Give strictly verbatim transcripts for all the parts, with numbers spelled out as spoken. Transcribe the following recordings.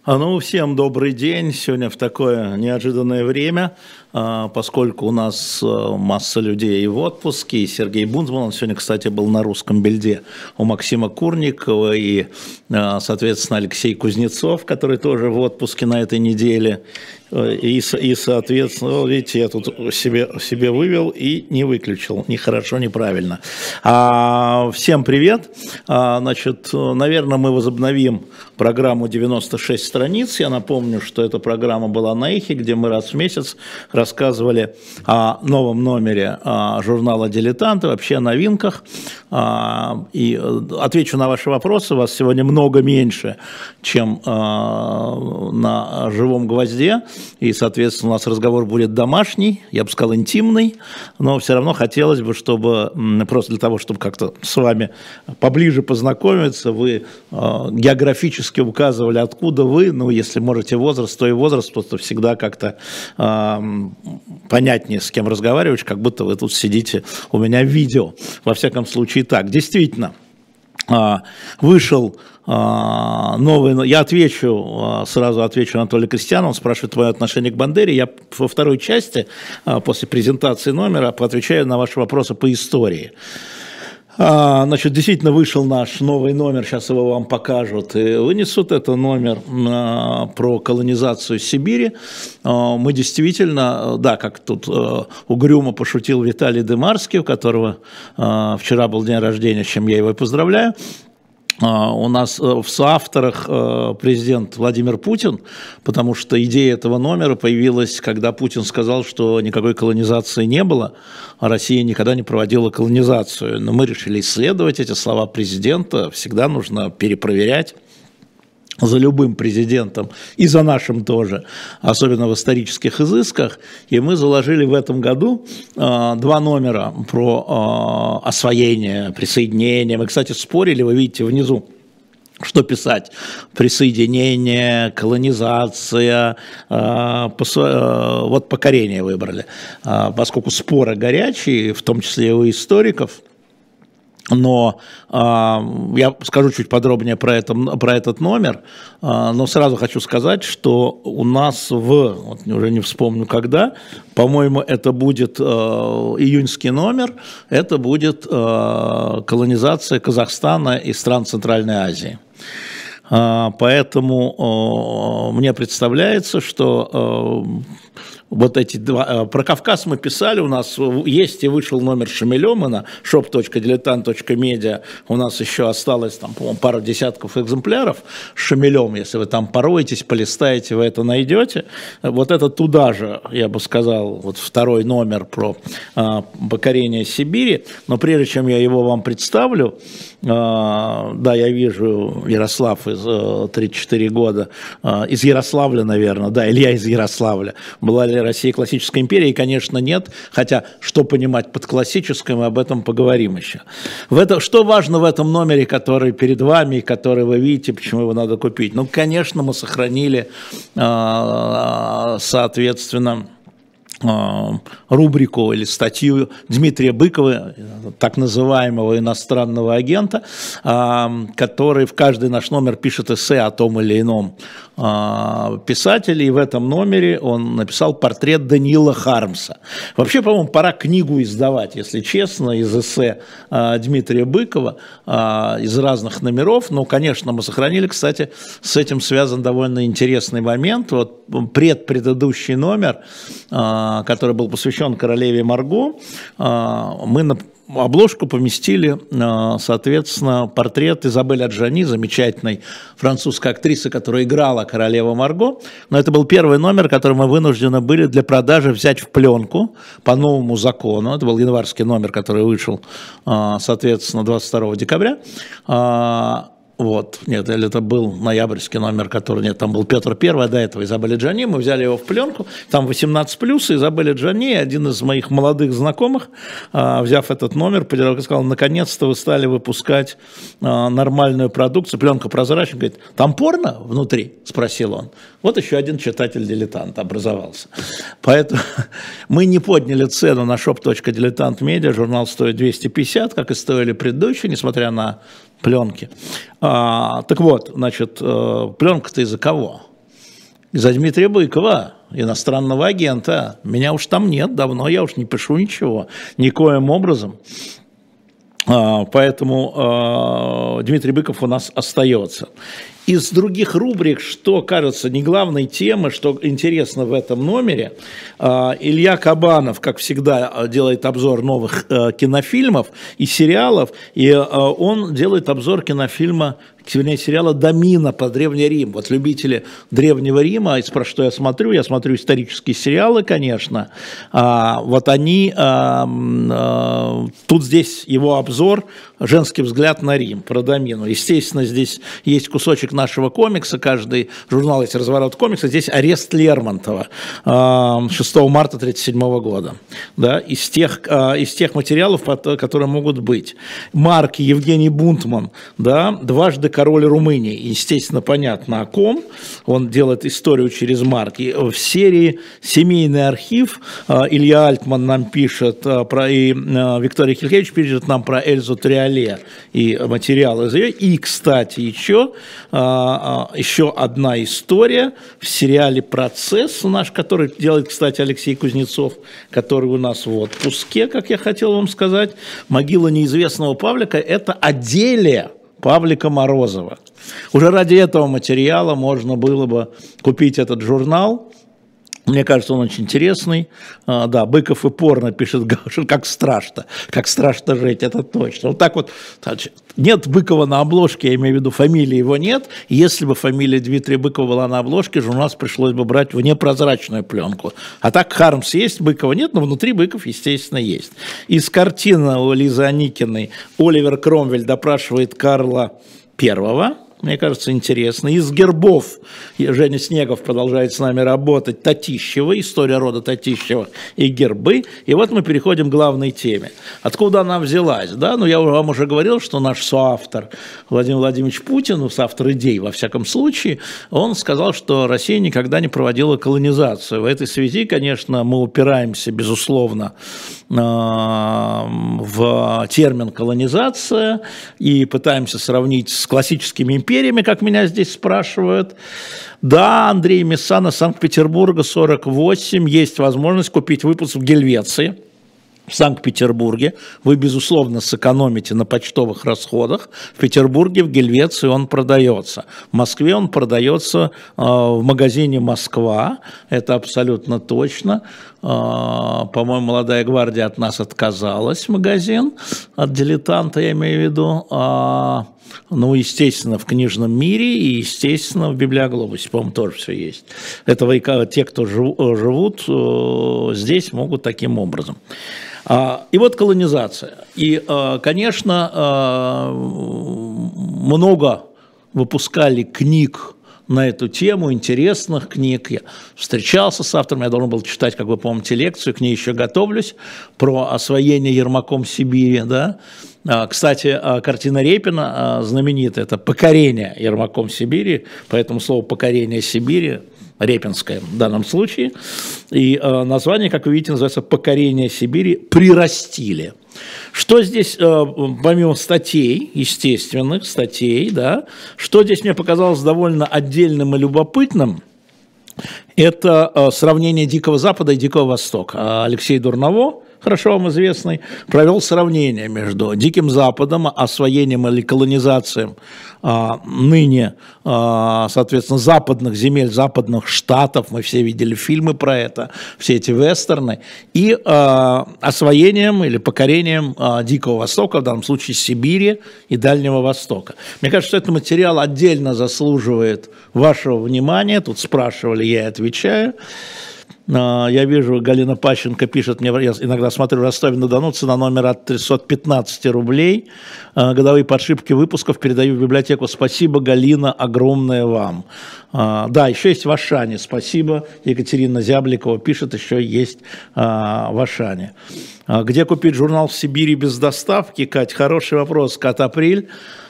А, Ну, всем добрый день. Сегодня в такое неожиданное время, а, поскольку у нас а, масса людей в отпуске, и Сергей Бунцман, он сегодня, кстати, был на русском бельде у Максима Курникова, и, а, соответственно, Алексей Кузнецов, который тоже в отпуске на этой неделе. И, и соответственно, видите, я тут себе, себе вывел и не выключил. Нехорошо, неправильно. А, всем привет. А, значит, наверное, мы возобновим программу девяносто шесть страниц. Я напомню, что эта программа была на эхе, где мы раз в месяц рассказывали о новом номере а, журнала «Дилетант», вообще о новинках. А, и отвечу на ваши вопросы. Вас сегодня много меньше, чем а, на «Живом гвозде». И, соответственно, у нас разговор будет домашний, я бы сказал, интимный, но все равно хотелось бы, чтобы просто для того, чтобы как-то с вами поближе познакомиться, вы э, географически указывали, откуда вы, ну, если можете возраст, то и возраст, просто всегда как-то э, понятнее, с кем разговаривать, как будто вы тут сидите у меня в видео. Во всяком случае так. Действительно, э, вышел... новый, я отвечу, сразу отвечу Анатолию Крестьяну, он спрашивает твое отношение к Бандере, я во второй части, после презентации номера, поотвечаю на ваши вопросы по истории. Значит, действительно вышел наш новый номер, сейчас его вам покажут, и вынесут, это номер про колонизацию Сибири. Мы действительно, да, как тут угрюмо пошутил Виталий Дымарский, у которого вчера был день рождения, с чем я его и поздравляю. У нас в соавторах президент Владимир Путин, потому что идея этого номера появилась, когда Путин сказал, что никакой колонизации не было, а Россия никогда не проводила колонизацию. Но мы решили исследовать эти слова президента, всегда нужно перепроверять. За любым президентом и за нашим тоже, особенно в исторических изысках. И мы заложили в этом году э, два номера про э, освоение, присоединение. Мы, кстати, спорили, вы видите внизу, что писать: присоединение, колонизация, э, посо, э, вот покорение выбрали. Э, поскольку споры горячие, в том числе и у историков. Но э, я скажу чуть подробнее про, это, про этот номер, э, но сразу хочу сказать, что у нас в, вот уже не вспомню когда, по-моему, это будет э, июньский номер, это будет э, колонизация Казахстана и стран Центральной Азии. Э, поэтому э, мне представляется, что... Э, Вот эти два, про Кавказ мы писали, у нас есть и вышел номер Шамилемана, шоп точка дилетант точка медиа, у нас еще осталось там, по-моему, пару десятков экземпляров с Шамилем, если вы там пороетесь, полистаете, вы это найдете. Вот это туда же, я бы сказал, вот второй номер про а, покорение Сибири, но прежде чем я его вам представлю, а, да, я вижу Ярослав из а, тридцать четыре года, а, из Ярославля, наверное, да, Илья из Ярославля, была ли Россия классической империей? Конечно, нет. Хотя, что понимать под классической, мы об этом поговорим еще. В это, что важно в этом номере, который перед вами, который вы видите, почему его надо купить? Ну, конечно, мы сохранили, соответственно, рубрику или статью Дмитрия Быкова, так называемого иностранного агента, который в каждый наш номер пишет эссе о том или ином писателе, и в этом номере он написал портрет Даниила Хармса. Вообще, по-моему, пора книгу издавать, если честно, из эссе Дмитрия Быкова, из разных номеров. Но, конечно, мы сохранили, кстати, с этим связан довольно интересный момент. Вот предпредыдущий номер, который был посвящен королеве Марго, мы на обложку поместили, соответственно, портрет Изабель Аджани, замечательной французской актрисы, которая играла королеву Марго. Но это был первый номер, который мы вынуждены были для продажи взять в пленку по новому закону. Это был январский номер, который вышел, соответственно, двадцать второго декабря. Вот, нет, или это был ноябрьский номер, который, нет, там был Петр Первый, а до этого Изабель Аджани, мы взяли его в пленку, там восемнадцать плюс, Изабель Аджани, один из моих молодых знакомых, взяв этот номер, сказал: наконец-то вы стали выпускать нормальную продукцию, пленка прозрачная, говорит: там порно внутри, спросил он. Вот еще один читатель-дилетант образовался. Поэтому мы не подняли цену на шоп точка дилетант точка медиа, журнал стоит двести пятьдесят, как и стоили предыдущие, несмотря на пленки. А, так вот, значит, пленка-то из-за кого? из-за Дмитрия Быкова, иностранного агента. Меня уж там нет, давно я уж не пишу ничего, никоим образом. Поэтому Дмитрий Быков у нас остается. Из других рубрик, что кажется не главной темой, что интересно в этом номере, Илья Кабанов, как всегда, делает обзор новых кинофильмов и сериалов, и он делает обзор кинофильма, вернее, сериала «Домина» по Древний Рим. Вот любители Древнего Рима, и про что я смотрю, я смотрю исторические сериалы, конечно, а, вот они, а, а, тут здесь его обзор «Женский взгляд на Рим» про Домину. Естественно, здесь есть кусочек нашего комикса, каждый журнал есть «Разворот комикса», здесь «Арест Лермонтова» шестого марта тысяча девятьсот тридцать седьмого года, да, из тех, из тех материалов, которые могут быть. Марки, Евгений Бунтман, да, дважды король Румынии, естественно, понятно о ком, он делает историю через марки. В серии «Семейный архив» Илья Альтман нам пишет про, и Виктория Хилькевич пишет нам про Эльзу Триоле и материалы из ее. И, кстати, еще, еще одна история в сериале «Процесс» наш, который делает, кстати, Алексей Кузнецов, который у нас в отпуске, как я хотел вам сказать. «Могила неизвестного Павлика» – это Аделия Павлика Морозова. Уже ради этого материала можно было бы купить этот журнал. Мне кажется, он очень интересный. А, да, Быков и порно пишет, как страшно, как страшно жить, это точно. Вот так вот, нет Быкова на обложке, я имею в виду, фамилии его нет. Если бы фамилия Дмитрия Быкова была на обложке, журнал пришлось бы брать в непрозрачную пленку. А так Хармс есть, Быкова нет, но внутри Быков, естественно, есть. Из картины у Лизы Аникиной Оливер Кромвель допрашивает Карла Первого. Мне кажется, интересно. Из гербов Женя Снегов продолжает с нами работать. Татищева, история рода Татищева и гербы. И вот мы переходим к главной теме. Откуда она взялась? Да? Ну, я вам уже говорил, что наш соавтор Владимир Владимирович Путин, ну, соавтор идей во всяком случае, он сказал, что Россия никогда не проводила колонизацию. В этой связи, конечно, мы упираемся, безусловно, в термин колонизация и пытаемся сравнить с классическими империями, как меня здесь спрашивают. Да, Андрей Мессана, Санкт-Петербурга, сорок восемь, есть возможность купить выпуск в Гельвеции. В Санкт-Петербурге вы, безусловно, сэкономите на почтовых расходах. В Петербурге, в Гельвеции он продается. В Москве он продается э, в магазине «Москва». Это абсолютно точно. Э, по-моему, «Молодая гвардия» от нас отказалась, магазин, от «Дилетанта», я имею в виду. Э, ну, естественно, в «Книжном мире» и, естественно, в «Библиоглобусе», по-моему, тоже все есть. Это те, кто живут э, здесь, могут таким образом. И вот колонизация. И, конечно, много выпускали книг на эту тему, интересных книг. Я встречался с автором, я должен был читать, как вы помните, лекцию, к ней еще готовлюсь, про освоение Ермаком Сибири, да. Кстати, картина Репина знаменитая, это «Покорение Ермаком Сибири», поэтому слово «покорение Сибири» Репинское в данном случае, и э, название, как вы видите, называется «Покорение Сибири» прирастили. Что здесь, э, помимо статей, естественных статей, да, что здесь мне показалось довольно отдельным и любопытным, это э, сравнение Дикого Запада и Дикого Востока. Алексей Дурново, хорошо вам известный, провел сравнение между Диким Западом, освоением или колонизацией а, ныне, а, соответственно, западных земель, западных штатов, мы все видели фильмы про это, все эти вестерны, и а, освоением или покорением а, Дикого Востока, в данном случае Сибири и Дальнего Востока. Мне кажется, что этот материал отдельно заслуживает вашего внимания, тут спрашивали, я и отвечаю. Я вижу, Галина Пащенко пишет мне, я иногда смотрю, Ростове-на-Дону, цена номера от трёхсот пятнадцати рублей. Годовые подшивки выпусков передаю в библиотеку. Спасибо, Галина, огромное вам. Да, еще есть в Ашане. Спасибо, Екатерина Зябликова пишет, еще есть в Ашане. Где купить журнал «В Сибири» без доставки? Кать, хороший вопрос. Кат Апрель.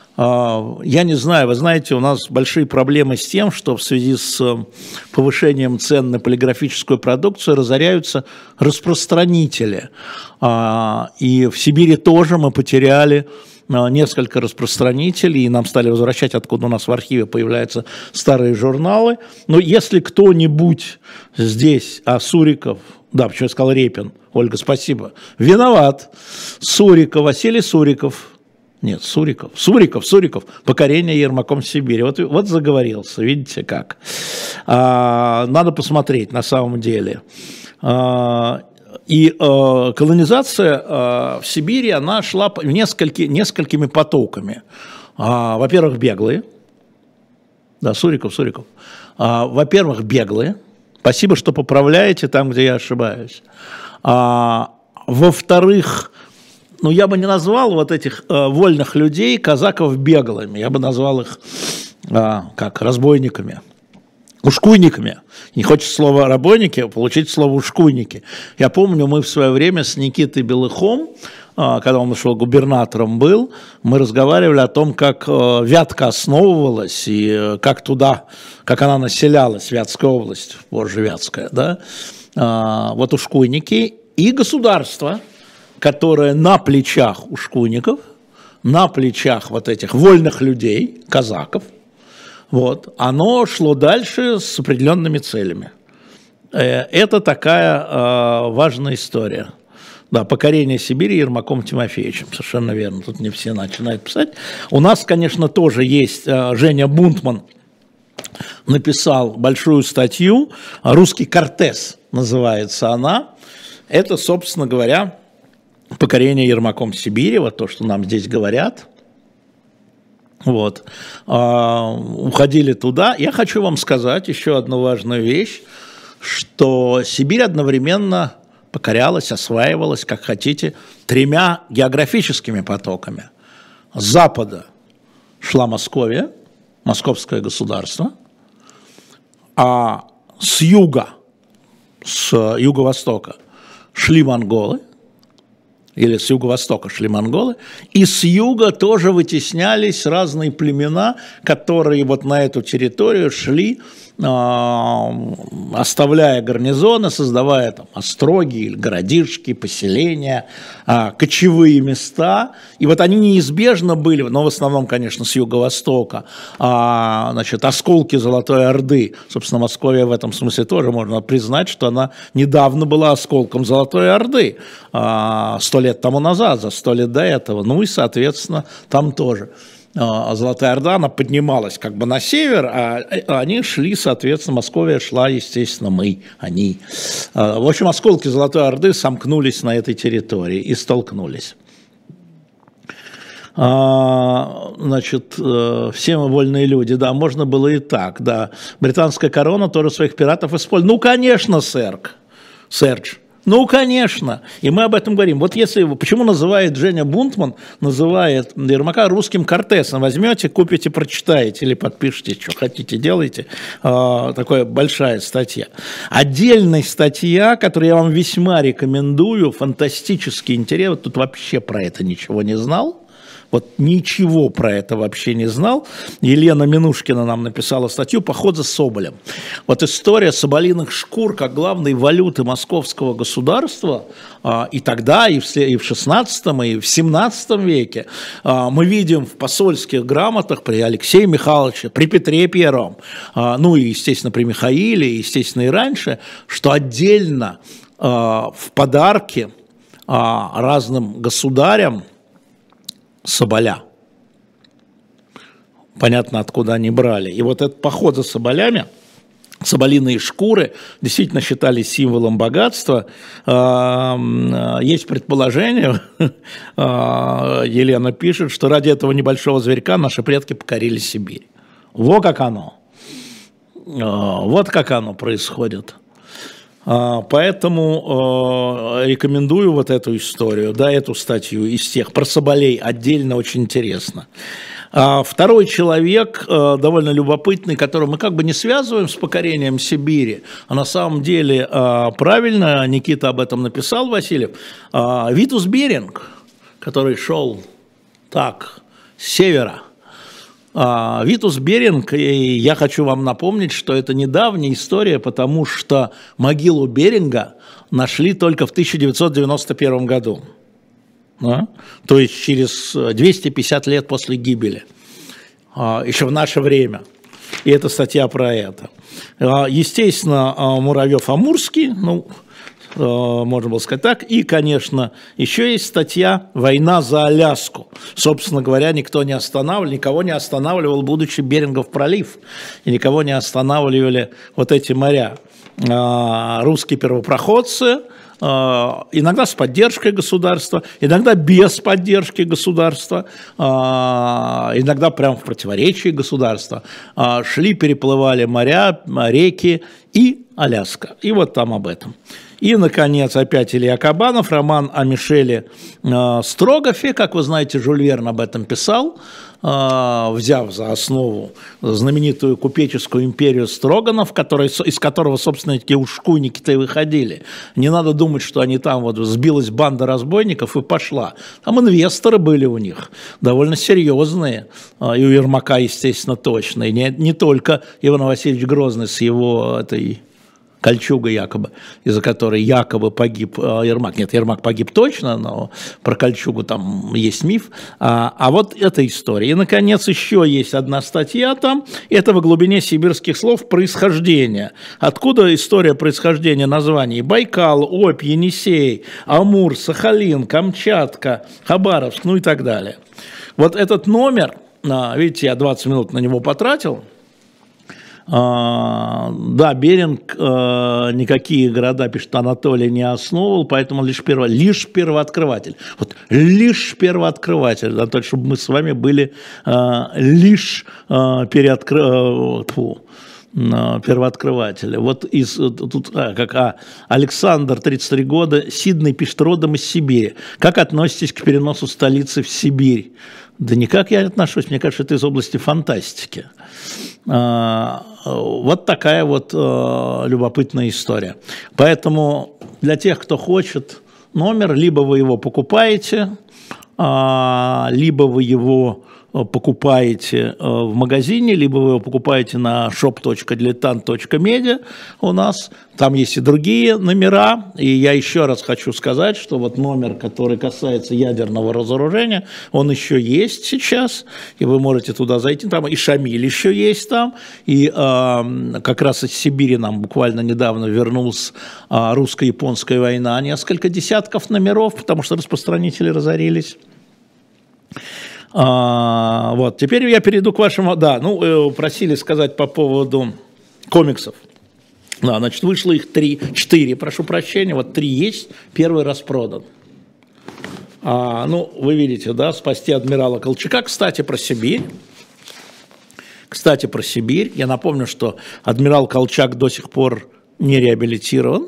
Я не знаю, вы знаете, у нас большие проблемы с тем, что в связи с повышением цен на полиграфическую продукцию разоряются распространители. И в Сибири тоже мы потеряли несколько распространителей, и нам стали возвращать, откуда у нас в архиве появляются старые журналы. Но если кто-нибудь здесь, а Суриков, да, почему я сказал Репин, Ольга, спасибо, виноват, Суриков, Василий Суриков, нет, Суриков, Суриков, Суриков, покорение Ермаком Сибири. Вот, вот заговорился, видите как. А, надо посмотреть на самом деле. А, и а, колонизация а, в Сибири, она шла несколько, несколькими потоками. А, во-первых, беглые. Да, Суриков, Суриков. А, во-первых, беглые. Спасибо, что поправляете там, где я ошибаюсь. А, во-вторых, ну, я бы не назвал вот этих э, вольных людей, казаков, беглыми. Я бы назвал их, э, как, разбойниками, ушкуйниками. Не хочется слова «рабойники», а получить слово «ушкуйники». Я помню, мы в свое время с Никитой Белыхом, э, когда он шел губернатором был, мы разговаривали о том, как э, Вятка основывалась и э, как туда, как она населялась, Вятская область, позже Вятская, да, э, вот ушкуйники и государство, которое на плечах ушкуйников, на плечах вот этих вольных людей, казаков, вот, оно шло дальше с определенными целями. Это такая э, важная история. Да, покорение Сибири Ермаком Тимофеевичем, совершенно верно, тут не все начинают писать. У нас, конечно, тоже есть э, Женя Бунтман, написал большую статью, «Русский Кортес» называется она. Это, собственно говоря, покорение Ермаком Сибири, вот то, что нам здесь говорят. Вот. А, уходили туда. Я хочу вам сказать еще одну важную вещь, что Сибирь одновременно покорялась, осваивалась, как хотите, тремя географическими потоками. С запада шла Московия, Московское государство, а с юга, с юго-востока шли монголы, или с юго-востока шли монголы, и с юга тоже вытеснялись разные племена, которые вот на эту территорию шли, оставляя гарнизоны, создавая там остроги, городишки, поселения, кочевые места. И вот они неизбежно были, но в основном, конечно, с юго-востока, значит, осколки Золотой Орды. Собственно, Московия в этом смысле тоже можно признать, что она недавно была осколком Золотой Орды, сто лет тому назад, за сто лет до этого. Ну и, соответственно, там тоже. Золотая Орда, она поднималась как бы на север, а они шли, соответственно, Московия шла, естественно, мы, они. В общем, осколки Золотой Орды сомкнулись на этой территории и столкнулись. Значит, все мы вольные люди, да, можно было и так, да. Британская корона тоже своих пиратов использует. Ну, конечно, сэр, Сердж. Ну, конечно, и мы об этом говорим. Вот если, почему называет Женя Бунтман, называет Ермака русским Кортесом, возьмете, купите, прочитаете или подпишите, что хотите, делайте. А, такая большая статья. Отдельная статья, которую я вам весьма рекомендую, фантастически интересно, тут вообще про это ничего не знал. Вот ничего про это вообще не знал. Елена Минушкина нам написала статью «Поход за Соболем». Вот история соболиных шкур как главной валюты московского государства и тогда, и в шестнадцатом, и в семнадцатом веке мы видим в посольских грамотах при Алексее Михайловиче, при Петре Первом, ну и, естественно, при Михаиле, и, естественно, и раньше, что отдельно в подарки разным государям соболя. Понятно, откуда они брали. И вот этот поход за соболями, соболиные шкуры действительно считались символом богатства. Есть предположение, Елена пишет, что ради этого небольшого зверька наши предки покорили Сибирь. Вот как оно. Вот как оно происходит. Поэтому рекомендую вот эту историю, да, эту статью из тех. Про соболей отдельно очень интересно. Второй человек, довольно любопытный, которого мы как бы не связываем с покорением Сибири, а на самом деле правильно, Никита об этом написал, Васильев, Витус Беринг, который шел так, с севера. Витус Беринг, и я хочу вам напомнить, что это недавняя история, потому что могилу Беринга нашли только в тысяча девятьсот девяносто первом году. да? То есть через двести пятьдесят лет после гибели, еще в наше время. И это статья про это. Естественно, Муравьев-Амурский, ну, можно было сказать так. И, конечно, еще есть статья «Война за Аляску». Собственно говоря, никто не останавливал, никого не останавливал, будучи Берингов пролив. И никого не останавливали вот эти моря. Русские первопроходцы, иногда с поддержкой государства, иногда без поддержки государства, иногда прямо в противоречии государства, шли, переплывали моря, реки и Аляска. И вот там об этом. И, наконец, опять Илья Кабанов, роман о Мишеле э, Строгафе, как вы знаете, Жюль Верн об этом писал, э, взяв за основу знаменитую купеческую империю Строганов, который, из которого, собственно, эти ушкуйники-то и выходили. Не надо думать, что они там вот сбилась банда разбойников и пошла. Там инвесторы были у них, довольно серьезные, э, и у Ермака, естественно, точно, и не, не только Иван Васильевич Грозный с его этой... Кольчуга якобы, из-за которой якобы погиб Ермак. Нет, Ермак погиб точно, но про Кольчугу там есть миф. А, а вот эта история. И, наконец, еще есть одна статья там. Это «Во глубине сибирских слов. Происхождение». Откуда история происхождения названий? Байкал, Обь, Енисей, Амур, Сахалин, Камчатка, Хабаровск, ну и так далее. Вот этот номер, видите, я двадцать минут на него потратил. Uh, да, Беринг uh, никакие города, пишет Анатолий, не основывал, поэтому лишь, перво, лишь первооткрыватель. Вот лишь первооткрыватель, Анатолий, чтобы мы с вами были uh, лишь uh, переоткры... uh, фу, uh, первооткрыватели. Вот из тут а, как а, Александр, тридцать три года, Сидней пишет, родом из Сибири. Как относитесь к переносу столицы в Сибирь? Да никак я отношусь, мне кажется, это из области фантастики. Вот такая вот любопытная история. Поэтому для тех, кто хочет номер, либо вы его покупаете, либо вы его покупаете в магазине, либо вы его покупаете на shop точка diletant точка media у нас. Там есть и другие номера. И я еще раз хочу сказать, что вот номер, который касается ядерного разоружения, он еще есть сейчас. И вы можете туда зайти. Там и Шамиль еще есть там. И э, как раз из Сибири нам буквально недавно вернулась э, русско-японская война. Несколько десятков номеров, потому что распространители разорились. А, вот, теперь я перейду к вашему, да, ну, просили сказать по поводу комиксов. Да, значит, вышло их три, четыре, прошу прощения, вот три есть, первый распродан. А, ну, вы видите, да, «Спасти адмирала Колчака», кстати, про Сибирь. Кстати, про Сибирь. Я напомню, что адмирал Колчак до сих пор не реабилитирован.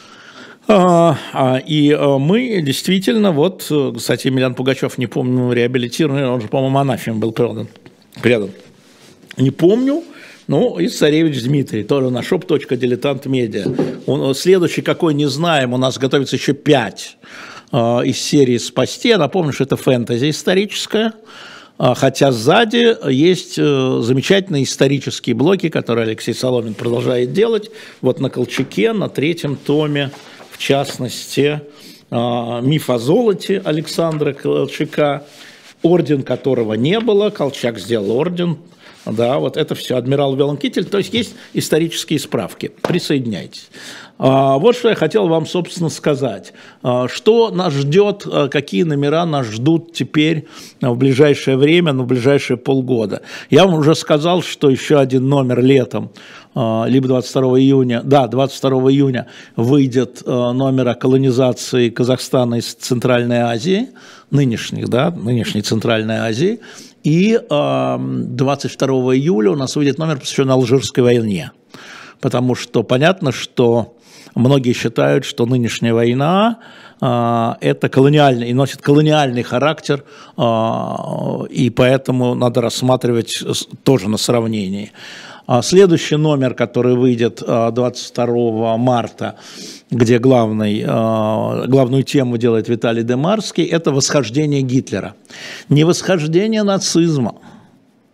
И мы действительно, вот, кстати, Емельян Пугачев, не помню, реабилитированный, он же, по-моему, анафем был предан. предан. Не помню, ну, и царевич Дмитрий, тоже на shop точка diletant точка media. Следующий какой, не знаем, у нас готовится еще пять из серии «Спасти». Я напомню, что это фэнтези историческое. Хотя сзади есть замечательные исторические блоки, которые Алексей Соломин продолжает делать. Вот на Колчаке, на третьем томе, в частности, «Миф о золоте» Александра Колчака, орден которого не было, Колчак сделал орден. Да, вот это все, адмирал Велонкитель, то есть есть исторические справки. Присоединяйтесь. Вот что я хотел вам, собственно, сказать. Что нас ждет, какие номера нас ждут теперь в ближайшее время, ну, в ближайшие полгода. Я вам уже сказал, что еще один номер летом, либо двадцать второго июня, да, двадцать второго июня выйдет номер о колонизации Казахстана из Центральной Азии, нынешних, да, нынешней Центральной Азии. И двадцать второго июля у нас выйдет номер, посвященный Алжирской войне. Потому что понятно, что многие считают, что нынешняя война э, это колониальный, и носит колониальный характер, э, и поэтому надо рассматривать тоже на сравнении. А следующий номер, который выйдет э, двадцать второго марта, где главный, э, главную тему делает Виталий Демарский, это восхождение Гитлера. Не восхождение нацизма,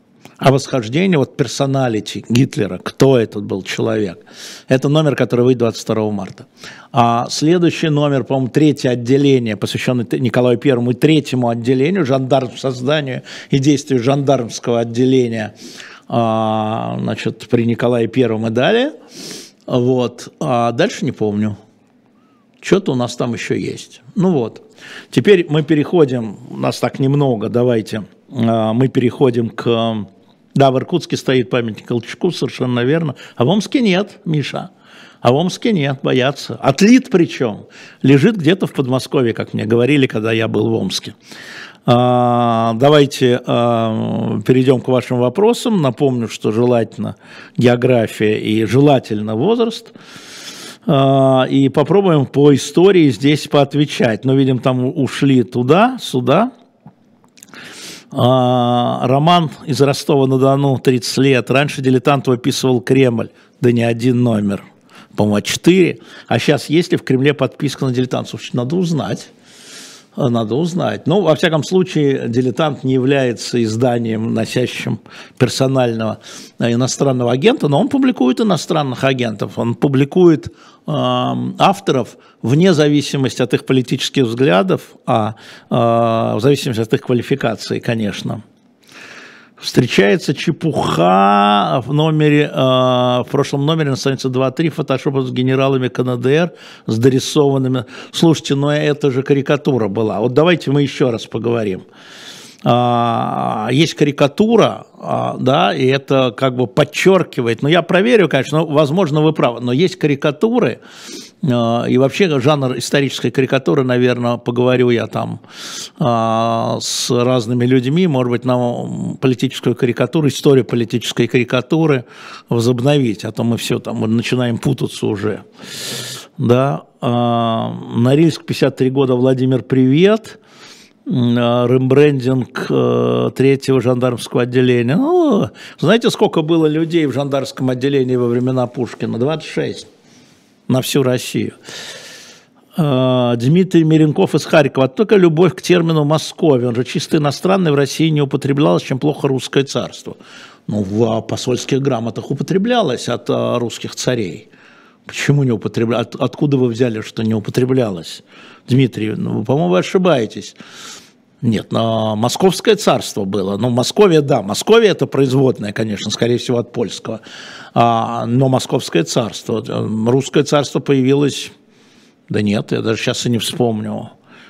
о восхождении, вот персоналити Гитлера, кто этот был человек. Это номер, который выйдет двадцать второго марта. А следующий номер, по-моему, третье отделение, посвященный Николаю Первому, и третьему отделению, жандарм, созданию и действию жандармского отделения, а, значит, при Николае Первом и далее. Вот. А дальше не помню. Что-то у нас там еще есть. Ну вот. Теперь мы переходим, у нас так немного, давайте, мы переходим к... Да, в Иркутске стоит памятник Колчаку, совершенно верно. А в Омске нет, Миша. А в Омске нет, боятся. Отлит причем. Лежит где-то в Подмосковье, как мне говорили, когда я был в Омске. А, давайте а, перейдем к вашим вопросам. Напомню, что желательно география и желательно возраст. А, и попробуем по истории здесь поотвечать. Но, видим, там ушли туда, сюда. Роман из Ростова-на-Дону, тридцать лет. Раньше дилетант выписывал Кремль, да не один номер, по-моему, четыре. А сейчас есть ли в Кремле подписка на дилетант? Слушайте, надо узнать. Надо узнать. Ну, во всяком случае, дилетант не является изданием, носящим персонального иностранного агента, но он публикует иностранных агентов, он публикует э, авторов вне зависимости от их политических взглядов, а э, в зависимости от их квалификации, конечно. Встречается чепуха в номере, э, в прошлом номере на странице два-три, фотошоп с генералами КНДР, с дорисованными. Слушайте, ну это же карикатура была. Вот давайте мы еще раз поговорим. А, есть карикатура, а, да, и это как бы подчеркивает, но я проверю, конечно, но, возможно, вы правы, но есть карикатуры, а, и вообще жанр исторической карикатуры, наверное, поговорю я там а, с разными людьми, может быть, нам политическую карикатуру, историю политической карикатуры возобновить, а то мы все там мы начинаем путаться уже, да. А, Норильск, пятьдесят три года, Владимир, привет. Рембрендинг третьего жандармского отделения. Ну, знаете, сколько было людей в жандармском отделении во времена Пушкина? двадцать шесть на всю Россию. Дмитрий Миренков из Харькова. Только любовь к термину «Московия». Он же чисто иностранный, в России не употреблялось, чем плохо русское царство. Ну, в посольских грамотах употреблялось от русских царей. Почему не употреблялось? От, откуда вы взяли, что не употреблялось? Дмитрий, ну, по-моему, вы ошибаетесь. Нет, но Московское царство было. Ну, Московия, да, Московия это производная, конечно, скорее всего, от польского. А, но Московское царство. Русское царство появилось... Да нет, я даже сейчас и не вспомню.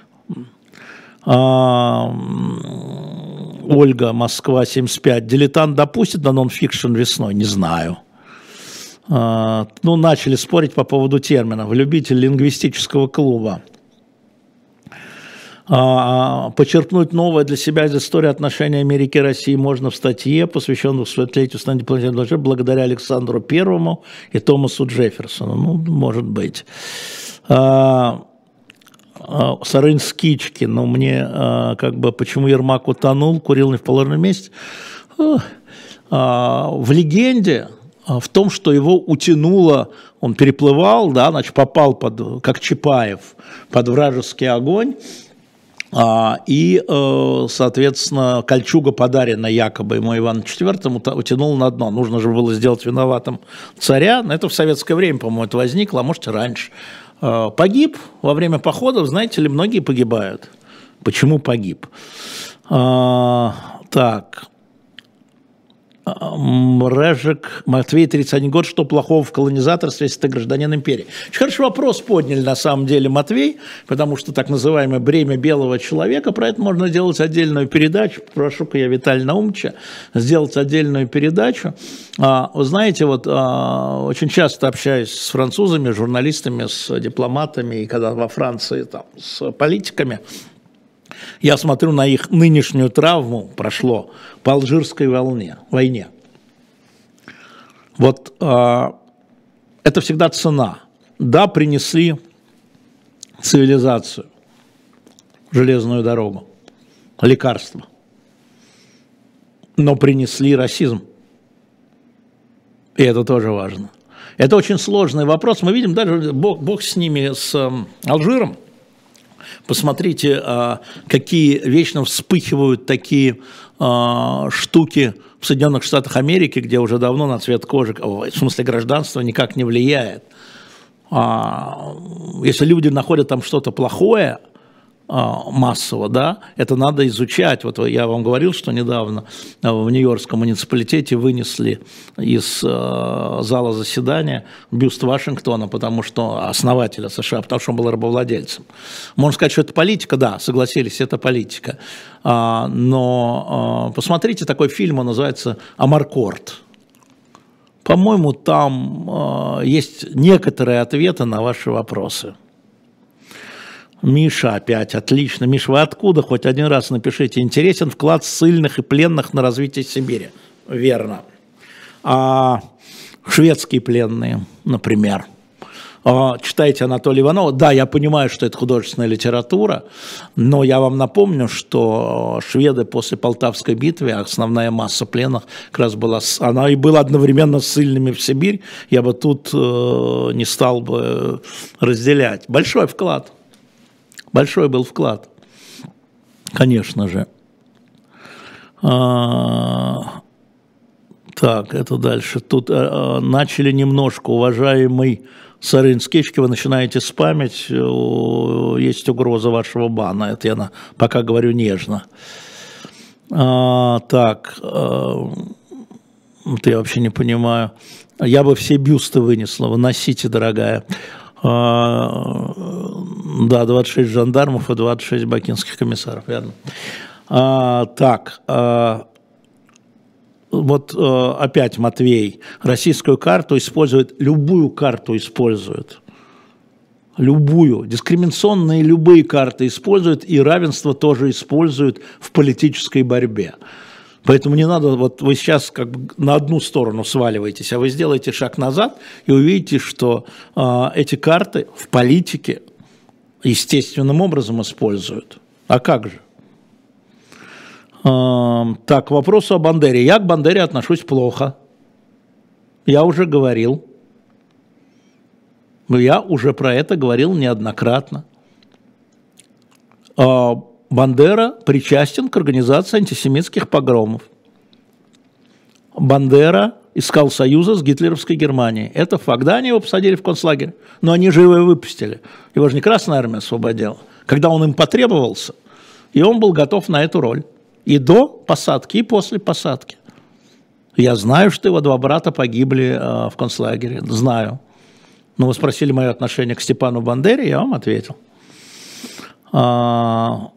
А, Ольга, Москва, семьдесят пять. Дилетант допустит на нон-фикшн весной? Не знаю. Uh, ну, начали спорить по поводу терминов. Любитель лингвистического клуба. Uh, почерпнуть новое для себя из истории отношений Америки и России можно в статье, посвященной столетию станции планеты, благодаря Александру Первому и Томасу Джефферсону. Ну, может быть. Uh, uh, Сарынь Скички. Ну, мне uh, как бы, почему Ермак утонул, курил не в положенном месте. Uh, uh, в легенде в том, что его утянуло, он переплывал, да, значит, попал под, как Чапаев, под вражеский огонь, а, и, соответственно, кольчуга, подаренная якобы ему Ивану четвёртому, утянула на дно. Нужно же было сделать виноватым царя. Это в советское время, по-моему, это возникло, а может и раньше. А, погиб во время походов, знаете ли, многие погибают. Почему погиб? А, так... Мрежик, Матвей, тридцать один год, что плохого в колонизаторстве, если ты гражданин империи? Очень хороший вопрос подняли на самом деле, Матвей, потому что так называемое бремя белого человека, про это можно делать отдельную передачу, прошу-ка я Виталия Наумовича сделать отдельную передачу. Вы знаете, вот очень часто общаюсь с французами, журналистами, с дипломатами, и когда во Франции там, с политиками, я смотрю на их нынешнюю травму, прошло по Алжирской волне, войне. Вот э, это всегда цена. Да, принесли цивилизацию, железную дорогу, лекарства, но принесли расизм. И это тоже важно. Это очень сложный вопрос. Мы видим даже, бог, бог с ними, с э, Алжиром. Посмотрите, какие вечно вспыхивают такие штуки в Соединенных Штатах Америки, где уже давно на цвет кожи, в смысле гражданства, никак не влияет. Если люди находят там что-то плохое, массово, да, это надо изучать. Вот я вам говорил, что недавно в Нью-Йоркском муниципалитете вынесли из э, зала заседания бюст Вашингтона, потому что основателя США, потому что он был рабовладельцем. Можно сказать, что это политика, да, согласились, это политика. А, но а, посмотрите, такой фильм, он называется «Амаркорд». По-моему, там а, есть некоторые ответы на ваши вопросы. Миша опять, отлично. Миша, вы откуда? Хоть один раз напишите. Интересен вклад ссыльных и пленных на развитие Сибири. Верно. А шведские пленные, например. А, читайте Анатолия Иванова. Да, я понимаю, что это художественная литература, но я вам напомню, что шведы после Полтавской битвы, основная масса пленных как раз была, она и была одновременно ссыльными в Сибирь. Я бы тут э, не стал бы разделять. Большой вклад. Большой был вклад, конечно же. А, так, это дальше. Тут а, начали немножко, уважаемый Сарынскички, вы начинаете спамить, есть угроза вашего бана. Это я на, пока говорю нежно. А, так, а, это я вообще не понимаю. Я бы все бюсты вынесла, выносите, дорогая. А, да, двадцать шесть жандармов и двадцать шесть бакинских комиссаров, верно. А, так, а, вот а, опять Матвей. Российскую карту использует, любую карту использует. Любую. Дискриминационные любые карты используют, и равенство тоже используют в политической борьбе. Поэтому не надо, вот вы сейчас как бы на одну сторону сваливаетесь, а вы сделаете шаг назад и увидите, что э, эти карты в политике естественным образом используют. А как же? Э, так, к вопросу о Бандере. Я к Бандере отношусь плохо. Я уже говорил. Я уже про это говорил неоднократно. Э, Бандера причастен к организации антисемитских погромов. Бандера искал союза с гитлеровской Германией. Это факт. Да, они его посадили в концлагерь, но они же его и выпустили. Его же не Красная Армия освободила. Когда он им потребовался, и он был готов на эту роль. И до посадки, и после посадки. Я знаю, что его два брата погибли э, в концлагере. Знаю. Но вы спросили мое отношение к Степану Бандере, я вам ответил. А...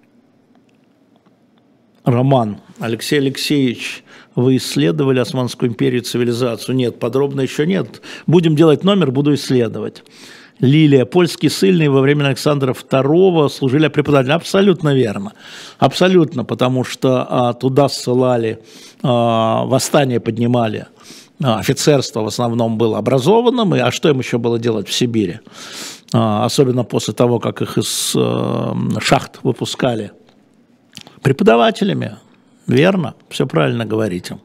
Роман. Алексей Алексеевич, вы исследовали Османскую империю и цивилизацию? Нет, подробно еще нет. Будем делать номер, буду исследовать. Лилия. Польские ссыльные во время Александра второго служили преподавателем. Абсолютно верно. Абсолютно, потому что а, туда ссылали, а, восстание поднимали. А, офицерство в основном было образованным, и, а что им еще было делать в Сибири? А, особенно после того, как их из а, шахт выпускали. Преподавателями, верно, все правильно говорите.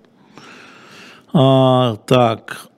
А, так,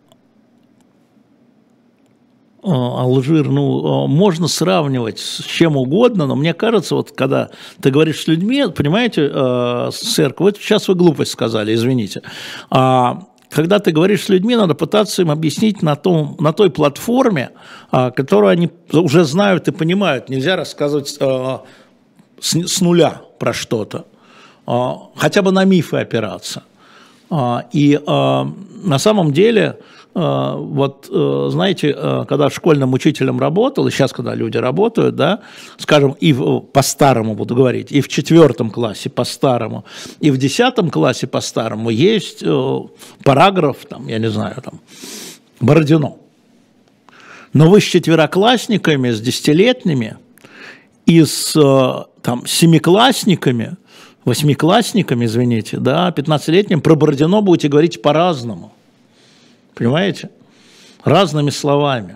Алжир, ну, можно сравнивать с чем угодно, но мне кажется, вот когда ты говоришь с людьми, понимаете, сэр, вот сейчас вы глупость сказали, извините, а когда ты говоришь с людьми, надо пытаться им объяснить на, том, на той платформе, которую они уже знают и понимают, нельзя рассказывать с, с нуля про что-то, хотя бы на мифы опираться. И на самом деле, вот знаете, когда школьным учителем работал, и сейчас, когда люди работают, да, скажем, и по-старому буду говорить, и в четвертом классе по-старому, и в десятом классе по-старому есть параграф, там, я не знаю, там, Бородино. Но вы с четвероклассниками, с десятилетними, и с там, семиклассниками, восьмиклассниками, извините, да, пятнадцатилетним про Бородино будете говорить по-разному. Понимаете? Разными словами.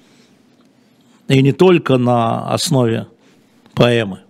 И не только на основе поэмы.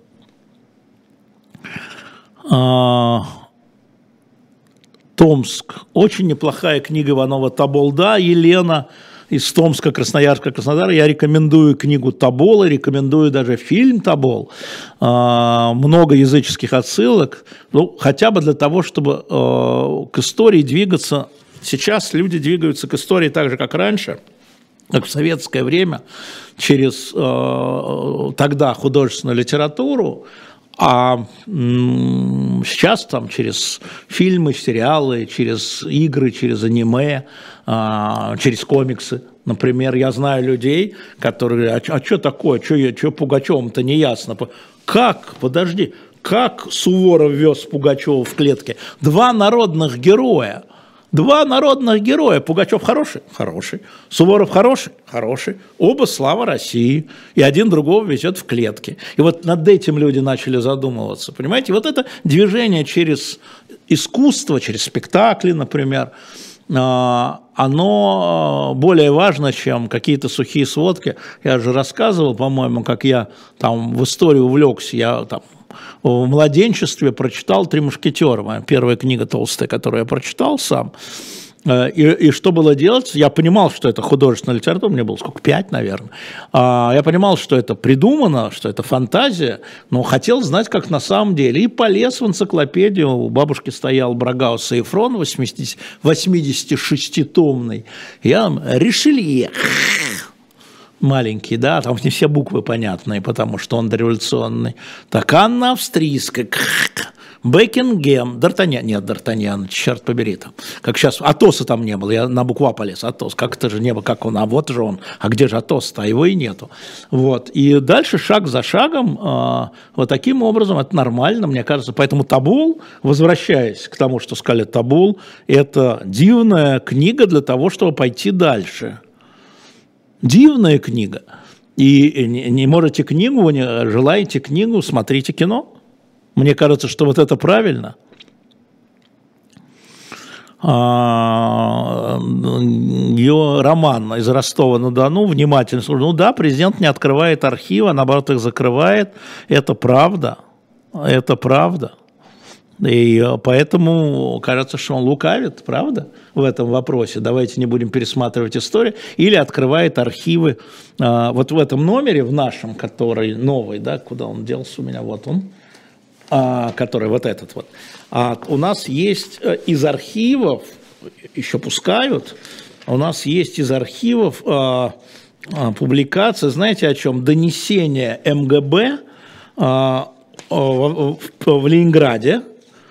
А, Томск. Очень неплохая книга Иванова «Таболда». Елена. из Томска, Красноярска, Краснодара, я рекомендую книгу Тобола, рекомендую даже фильм Тобол, много языческих отсылок, ну, хотя бы для того, чтобы к истории двигаться. Сейчас люди двигаются к истории так же, как раньше, как в советское время, через тогда художественную литературу, а сейчас там через фильмы, сериалы, через игры, через аниме, через комиксы. Например, я знаю людей, которые, а, а что такое, что Пугачевым-то не ясно. Как, подожди, как Суворов вез Пугачева в клетке? Два народных героя. Два народных героя. Пугачев хороший? Хороший. Суворов хороший? Хороший. Оба слава России. И один другого везет в клетки. И вот над этим люди начали задумываться. Понимаете, вот это движение через искусство, через спектакли, например, оно более важно, чем какие-то сухие сводки. Я же рассказывал, по-моему, как я там в историю увлекся. Я там в младенчестве прочитал «Три мушкетера», моя первая книга толстая, которую я прочитал сам. И, и что было делать? Я понимал, что это художественная литература, мне было сколько, пять, наверное. А, я понимал, что это придумано, что это фантазия, но хотел знать, как на самом деле. И полез в энциклопедию. У бабушки стоял Брагаус и Эфрон восьмидесятишеститомный. Я Ришелье маленький, да, там не все буквы понятные, потому что он дореволюционный. Так, Анна Австрийская, Бекингем, Д'Артаньян, нет, Д'Артаньян, черт побери там, как сейчас, Атоса там не было, я на букву А полез, Атос, как это же не было, как он, а вот же он, а где же Атос-то, а его и нету. Вот, и дальше шаг за шагом, э, вот таким образом, это нормально, мне кажется, поэтому Тобол, возвращаясь к тому, что сказали Тобол, это дивная книга для того, чтобы пойти дальше. Дивная книга. И не, не можете книгу, не желаете книгу, смотрите кино. Мне кажется, что вот это правильно. А, ее роман из Ростова-на-Дону, внимательно слушаю. Ну да, президент не открывает архивы, а наоборот их закрывает. Это правда. Это правда. И поэтому кажется, что он лукавит, правда, в этом вопросе. Давайте не будем пересматривать историю. Или открывает архивы. Вот в этом номере, в нашем, который новый, да, куда он делся у меня, вот он, который вот этот вот. У нас есть из архивов, еще пускают, у нас есть из архивов публикация, знаете о чем? Донесение эм гэ бэ в Ленинграде,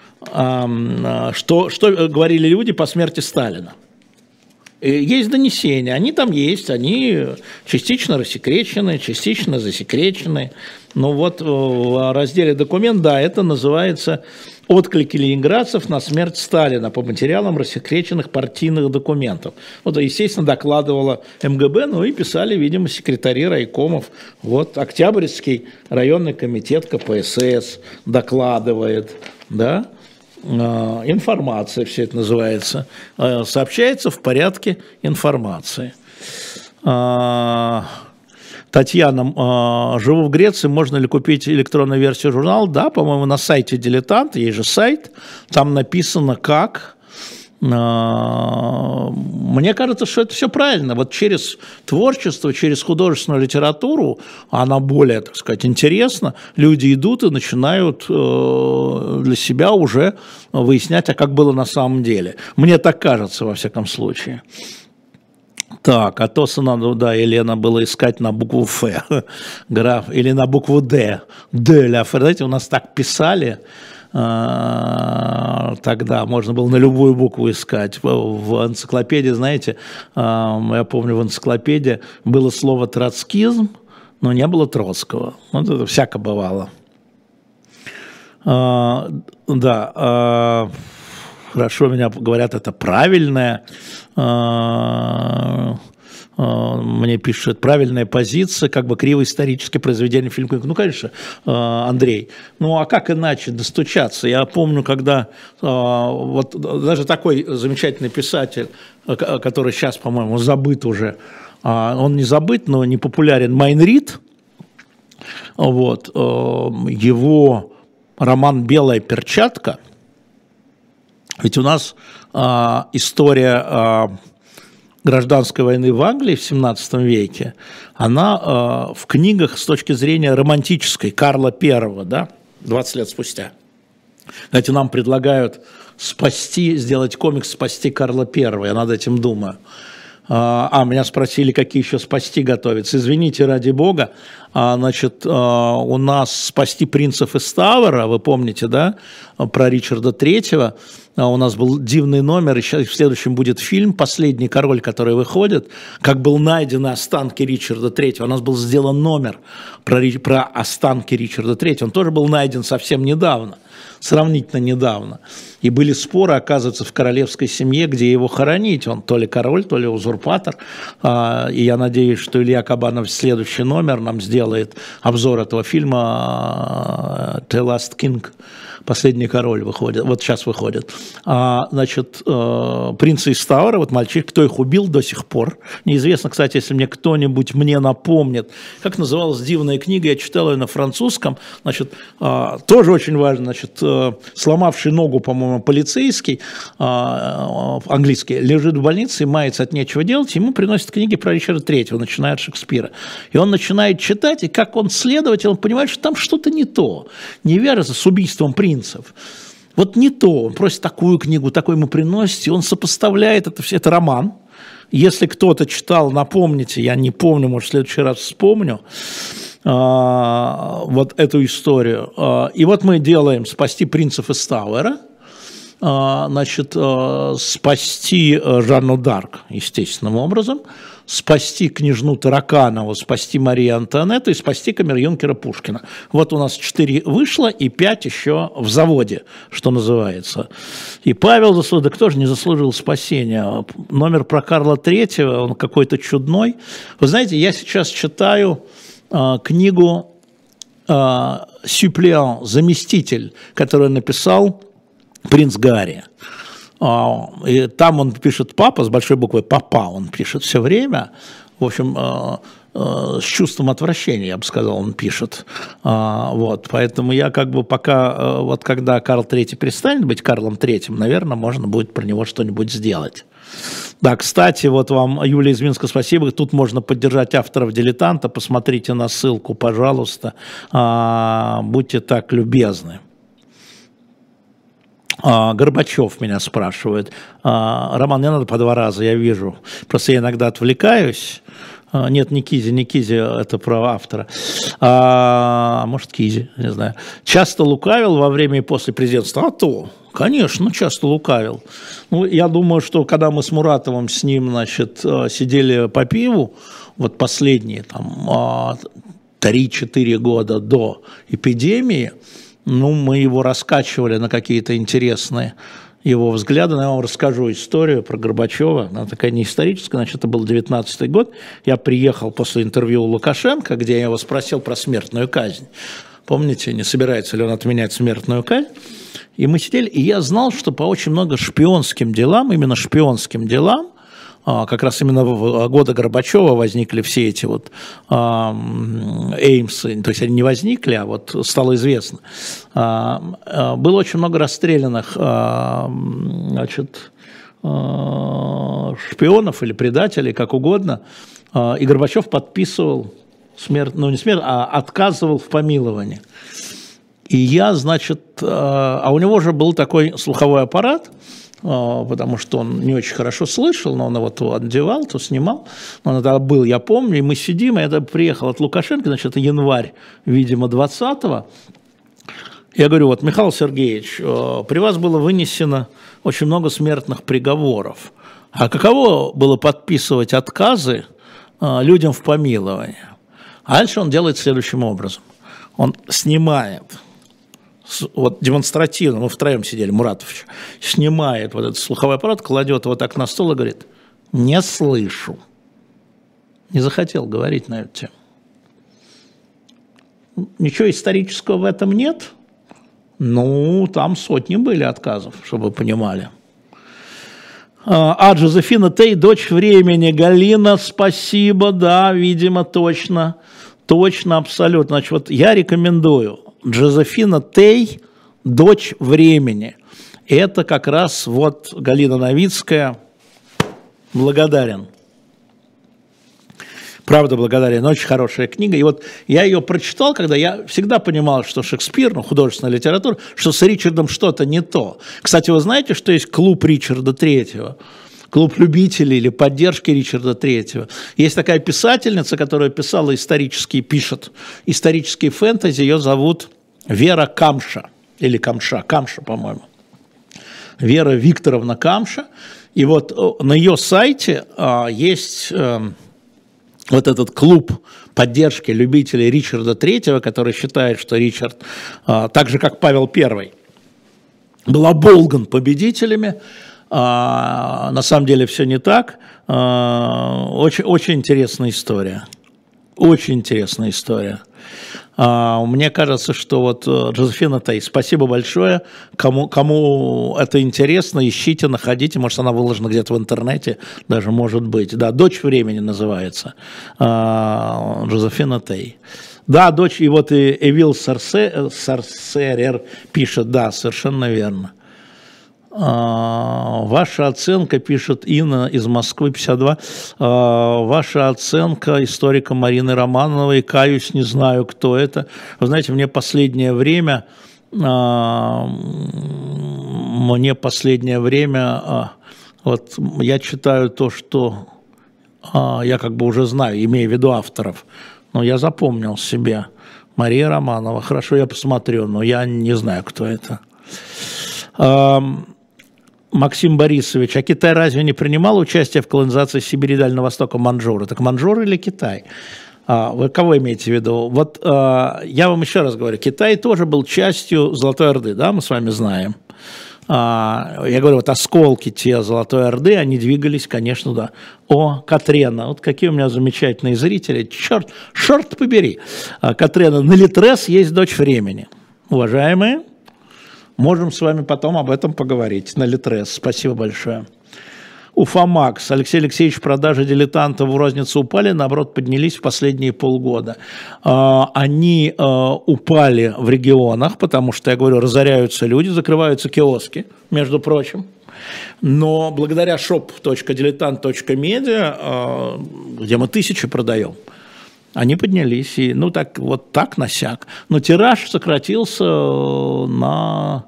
что, что говорили люди по смерти Сталина. Есть донесения, они там есть, они частично рассекречены, частично засекречены. Но вот в разделе «Документ», да, это называется «Отклики ленинградцев на смерть Сталина по материалам рассекреченных партийных документов». Вот, естественно, докладывала эм гэ бэ, ну и писали, видимо, секретари райкомов. Вот Октябрьский районный комитет ка пэ эс эс докладывает, да. Информация, все это называется, сообщается в порядке информации. Татьяна, живу в Греции, можно ли купить электронную версию журнала? Да, по-моему, на сайте «Дилетант», есть же сайт, там написано как. Мне кажется, что это все правильно. Вот через творчество, через художественную литературу, она более, так сказать, интересна, люди идут и начинают для себя уже выяснять, а как было на самом деле. Мне так кажется, во всяком случае. Так, Атоса надо, да, Елена, было искать на букву Ф, граф, или на букву Д, Д, ля, знаете, у нас так писали, тогда можно было на любую букву искать. В энциклопедии, знаете, я помню, в энциклопедии было слово «троцкизм», но не было Троцкого. Вот это всяко бывало. Да, хорошо, меня говорят, это правильное. Мне пишут, правильная позиция, как бы криво историческое произведение фильм. Ну, конечно, Андрей. Ну, а как иначе достучаться? Я помню, когда вот даже такой замечательный писатель, который сейчас, по-моему, забыт уже, он не забыт, но не популярен, Майн Рид, вот, его роман «Белая перчатка», ведь у нас история гражданской войны в Англии в семнадцатом веке, она э, в книгах с точки зрения романтической Карла Первого, да, двадцать лет спустя. Кстати, нам предлагают спасти, сделать комикс «Спасти Карла Первого», я над этим думаю. А, меня спросили, какие еще спасти готовятся. Извините, ради бога, а, значит, а, у нас «Спасти принцев из Тавера», вы помните, да, про Ричарда Третьего. А у нас был дивный номер, и сейчас в следующем будет фильм «Последний король», который выходит, как был найдены останки Ричарда Третьего. У нас был сделан номер про, про останки Ричарда Третьего. Он тоже был найден совсем недавно, сравнительно недавно. И были споры, оказывается, в королевской семье, где его хоронить. Он то ли король, то ли узурпатор. И я надеюсь, что Илья Кабанов в следующий номер нам сделает обзор этого фильма «The Last King». «Последний король» выходит, вот сейчас выходит. А, значит, э, принцы из Тавера, вот мальчик, кто их убил до сих пор. Неизвестно, кстати, если мне кто-нибудь мне напомнит, как называлась дивная книга, я читал ее на французском, значит, э, тоже очень важно, значит, э, сломавший ногу, по-моему, полицейский, э, английский, лежит в больнице и мается от нечего делать, ему приносят книги про Ричарда Третьего, начиная от Шекспира. И он начинает читать, и как он следователь, он понимает, что там что-то не то, не вяжется с убийством принца. Вот не то, он просит такую книгу, такой ему приносит, и он сопоставляет это, это роман. Если кто-то читал, напомните, я не помню, может, в следующий раз вспомню, а, вот эту историю. А, и вот мы делаем «Спасти принцев из Тавера», а, значит, а, спасти Жанну Дарк естественным образом, спасти княжну Тараканову, спасти Марию Антуанетту и спасти камер-юнкера Пушкина. Вот у нас четыре вышло и пять еще в заводе, что называется. И Павел заслужил, да кто же не заслужил спасения? Номер про Карла Третьего, он какой-то чудной. Вы знаете, я сейчас читаю э, книгу э, «Сюплеон», «Заместитель», которую написал принц Гарри. И там он пишет «папа» с большой буквы «папа», он пишет все время, в общем, с чувством отвращения, я бы сказал, он пишет. Вот, поэтому я как бы пока, вот когда Карл Третий перестанет быть Карлом Третьим, наверное, можно будет про него что-нибудь сделать. Да, кстати, вот вам, Юлия из Минска, спасибо. Тут можно поддержать авторов «Дилетанта». Посмотрите на ссылку, пожалуйста. Будьте так любезны. А, Горбачев меня спрашивает. А, Роман, не надо по два раза, я вижу. Просто я иногда отвлекаюсь. А, нет, не Кизи, не Кизи, это про автора. А, может, Кизи, не знаю. Часто лукавил во время и после президентства? А то, конечно, часто лукавил. Ну, я думаю, что когда мы с Муратовым с ним, значит, сидели по пиву, вот последние там три-четыре года до эпидемии, ну, мы его раскачивали на какие-то интересные его взгляды. Я вам расскажу историю про Горбачева. Она такая не историческая, значит, это был девятнадцатый год. Я приехал после интервью у Лукашенко, где я его спросил про смертную казнь. Помните, не собирается ли он отменять смертную казнь? И мы сидели, и я знал, что по очень много шпионским делам, именно шпионским делам, как раз именно в годы Горбачева возникли все эти вот эймсы, то есть они не возникли, а вот стало известно. Было очень много расстрелянных, значит, шпионов или предателей, как угодно, и Горбачев подписывал смерть, ну не смерть, а отказывал в помиловании. И я, значит, а у него же был такой слуховой аппарат, потому что он не очень хорошо слышал, но он его то одевал, то снимал. Он тогда был, я помню, и мы сидим, и я приехал от Лукашенко, значит, это январь, видимо, двадцатого. Я говорю, вот, Михаил Сергеевич, при вас было вынесено очень много смертных приговоров. А каково было подписывать отказы людям в помиловании? А дальше он делает следующим образом. Он снимает... вот демонстративно, мы втроем сидели, Муратович, снимает вот этот слуховой аппарат, кладет его так на стол и говорит, не слышу. Не захотел говорить на эту тему. Ничего исторического в этом нет. Ну, там сотни были отказов, чтобы вы понимали. А Джозефина Тей, дочь времени. Галина, спасибо, да, видимо, точно. Точно, абсолютно. Значит, вот я рекомендую. Джозефина Тей, дочь времени. Это как раз вот Галина Новицкая. Благодарен. Правда благодарен, очень хорошая книга. И вот я ее прочитал, когда я всегда понимал, что Шекспир, ну, художественная литература, что с Ричардом что-то не то. Кстати, вы знаете, что есть клуб Ричарда Третьего? Клуб любителей или поддержки Ричарда Третьего. Есть такая писательница, которая писала исторические, пишет исторические фэнтези, ее зовут Вера Камша, или Камша, Камша, по-моему. Вера Викторовна Камша. И вот на ее сайте а, есть... А, вот этот клуб поддержки любителей Ричарда Третьего, который считает, что Ричард, а, так же как Павел Первый, был оболган победителями, а, на самом деле все не так. А, очень, очень интересная история. Очень интересная история. А, мне кажется, что вот Джозефина Тей, спасибо большое. Кому, кому это интересно, ищите, находите. Может, она выложена где-то в интернете, даже может быть. Да, «Дочь времени» называется. А, Джозефина Тей. Да, дочь, и вот и Эвил Сарсе, Сарсерер пишет, да, совершенно верно. А, ваша оценка, пишет Инна из Москвы, пятьдесят два, а, ваша оценка историка Марины Романовой, каюсь, не знаю, кто это. Вы знаете, мне последнее время, а, мне последнее время, а, вот я читаю то, что а, я как бы уже знаю, имея в виду авторов, но я запомнил себе. Мария Романова, хорошо, я посмотрю, но я не знаю, кто это. А, Максим Борисович, а Китай разве не принимал участие в колонизации Сибири и Дальнего Востока маньчжуры? Так маньчжуры или Китай? А, вы кого имеете в виду? Вот а, я вам еще раз говорю, Китай тоже был частью Золотой Орды, да, мы с вами знаем. А, я говорю, вот осколки те Золотой Орды, они двигались, конечно, да. О, Катрена, вот какие у меня замечательные зрители, черт, черт побери. А, Катрена, на Литрес есть «Дочь времени». Уважаемые, можем с вами потом об этом поговорить на Литрес. Спасибо большое. Уфамакс. Алексей Алексеевич, продажи дилетантов в розницу упали, наоборот, поднялись в последние полгода. Они упали в регионах, потому что, я говорю, разоряются люди, закрываются киоски, между прочим. Но благодаря шоп точка дилетант точка медиа, где мы тысячи продаем, они поднялись, и, ну, так, вот так насяк. Но тираж сократился на...